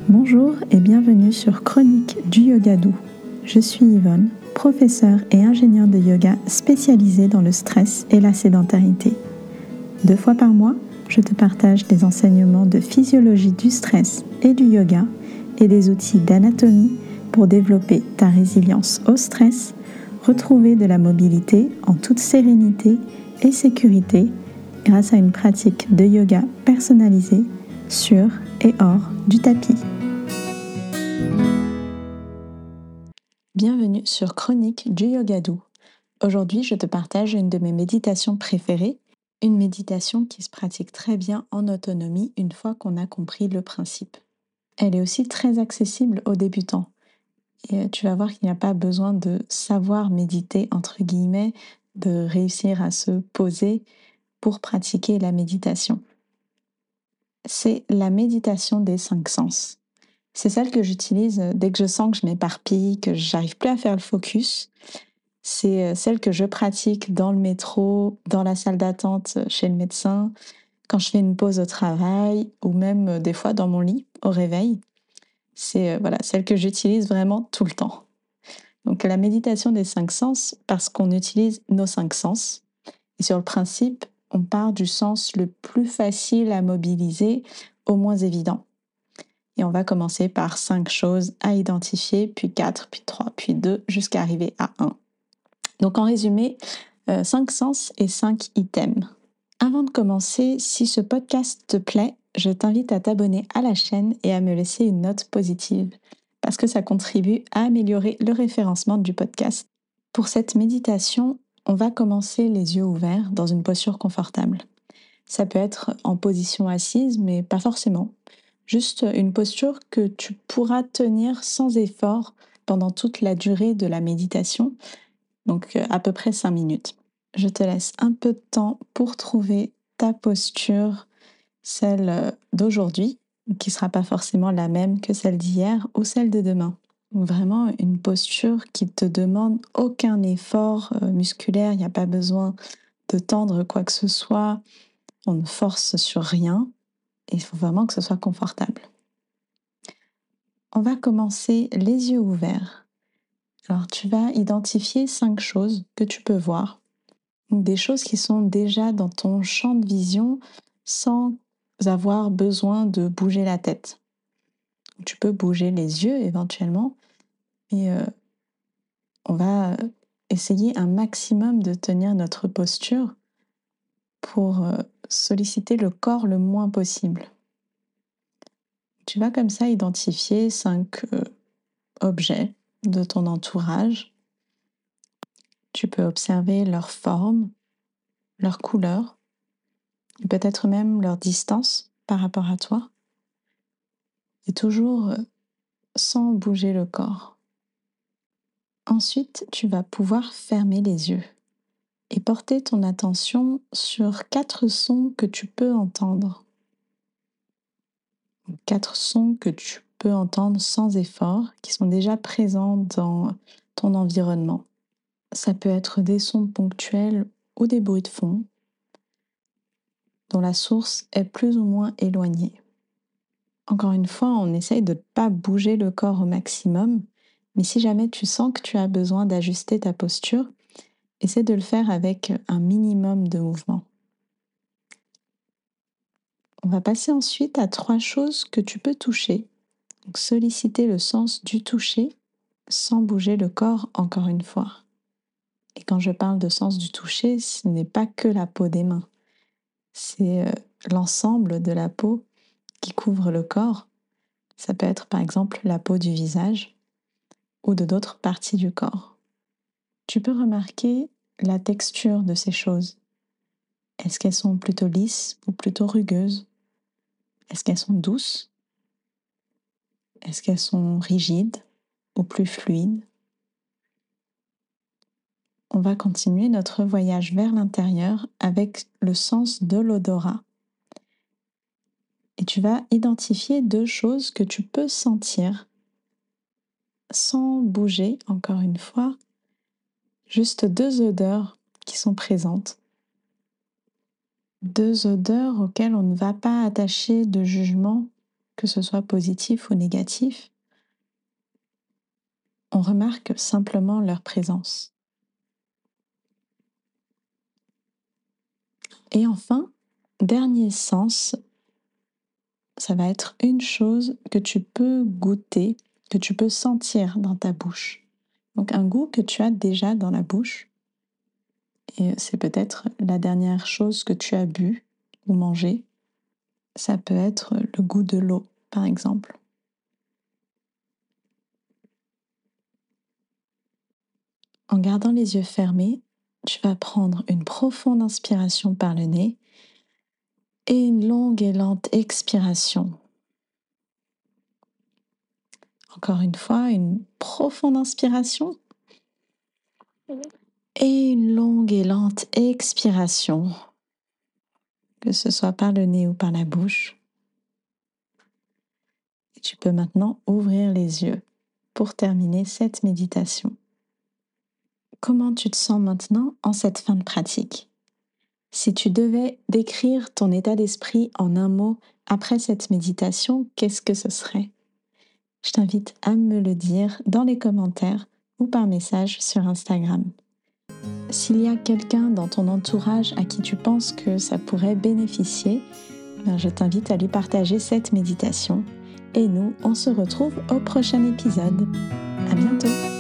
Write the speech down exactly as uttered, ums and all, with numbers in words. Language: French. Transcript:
Bonjour et bienvenue sur Chronique du Yoga Doux. Je suis Yvonne, professeure et ingénieure de yoga spécialisée dans le stress et la sédentarité. Deux fois par mois, je te partage des enseignements de physiologie du stress et du yoga et des outils d'anatomie pour développer ta résilience au stress, retrouver de la mobilité en toute sérénité et sécurité grâce à une pratique de yoga personnalisée sur et hors du tapis. Bienvenue sur Chronique du Yoga Doux. Aujourd'hui, je te partage une de mes méditations préférées, une méditation qui se pratique très bien en autonomie une fois qu'on a compris le principe. Elle est aussi très accessible aux débutants. Et tu vas voir qu'il n'y a pas besoin de savoir méditer, entre guillemets, de réussir à se poser pour pratiquer la méditation. C'est la méditation des cinq sens. C'est celle que j'utilise dès que je sens que je m'éparpille, que j'arrive plus à faire le focus. C'est celle que je pratique dans le métro, dans la salle d'attente chez le médecin, quand je fais une pause au travail ou même des fois dans mon lit au réveil. C'est voilà, celle que j'utilise vraiment tout le temps. Donc la méditation des cinq sens, parce qu'on utilise nos cinq sens. Et sur le principe, on part du sens le plus facile à mobiliser au moins évident. Et on va commencer par cinq choses à identifier, puis quatre, puis trois, puis deux, jusqu'à arriver à un. Donc en résumé, euh, cinq sens et cinq items. Avant de commencer, si ce podcast te plaît, je t'invite à t'abonner à la chaîne et à me laisser une note positive, parce que ça contribue à améliorer le référencement du podcast. Pour cette méditation, on va commencer les yeux ouverts dans une posture confortable. Ça peut être en position assise, mais pas forcément. Juste une posture que tu pourras tenir sans effort pendant toute la durée de la méditation, donc à peu près cinq minutes. Je te laisse un peu de temps pour trouver ta posture, celle d'aujourd'hui, qui ne sera pas forcément la même que celle d'hier ou celle de demain. Vraiment une posture qui ne te demande aucun effort musculaire, il n'y a pas besoin de tendre quoi que ce soit, on ne force sur rien, et il faut vraiment que ce soit confortable. On va commencer les yeux ouverts. Alors tu vas identifier cinq choses que tu peux voir, des choses qui sont déjà dans ton champ de vision sans avoir besoin de bouger la tête. Tu peux bouger les yeux éventuellement, mais euh, on va essayer un maximum de tenir notre posture pour euh, solliciter le corps le moins possible. Tu vas comme ça identifier cinq euh, objets de ton entourage. Tu peux observer leur forme, leur couleur, et peut-être même leur distance par rapport à toi. Et toujours euh, sans bouger le corps. Ensuite, tu vas pouvoir fermer les yeux et porter ton attention sur quatre sons que tu peux entendre. Quatre sons que tu peux entendre sans effort, qui sont déjà présents dans ton environnement. Ça peut être des sons ponctuels ou des bruits de fond, dont la source est plus ou moins éloignée. Encore une fois, on essaye de ne pas bouger le corps au maximum, mais si jamais tu sens que tu as besoin d'ajuster ta posture, essaie de le faire avec un minimum de mouvement. On va passer ensuite à trois choses que tu peux toucher. Donc, solliciter le sens du toucher sans bouger le corps encore une fois. Et quand je parle de sens du toucher, ce n'est pas que la peau des mains. C'est euh, l'ensemble de la peau qui couvre le corps. Ça peut être par exemple la peau du visage ou de d'autres parties du corps. Tu peux remarquer la texture de ces choses. Est-ce qu'elles sont plutôt lisses ou plutôt rugueuses? Est-ce qu'elles sont douces? Est-ce qu'elles sont rigides ou plus fluides? On va continuer notre voyage vers l'intérieur avec le sens de l'odorat. Et tu vas identifier deux choses que tu peux sentir sans bouger, encore une fois, juste deux odeurs qui sont présentes. Deux odeurs auxquelles on ne va pas attacher de jugement que ce soit positif ou négatif, on remarque simplement leur présence. Et enfin, dernier sens, ça va être une chose que tu peux goûter, que tu peux sentir dans ta bouche. Donc un goût que tu as déjà dans la bouche. Et c'est peut-être la dernière chose que tu as bu ou mangé. Ça peut être le goût de l'eau, par exemple. En gardant les yeux fermés, tu vas prendre une profonde inspiration par le nez et une longue et lente expiration. Encore une fois, une profonde inspiration et une longue et lente expiration, que ce soit par le nez ou par la bouche. Et tu peux maintenant ouvrir les yeux pour terminer cette méditation. Comment tu te sens maintenant en cette fin de pratique ? Si tu devais décrire ton état d'esprit en un mot après cette méditation, qu'est-ce que ce serait ? Je t'invite à me le dire dans les commentaires ou par message sur Instagram. S'il y a quelqu'un dans ton entourage à qui tu penses que ça pourrait bénéficier, ben je t'invite à lui partager cette méditation. Et nous, on se retrouve au prochain épisode. À bientôt!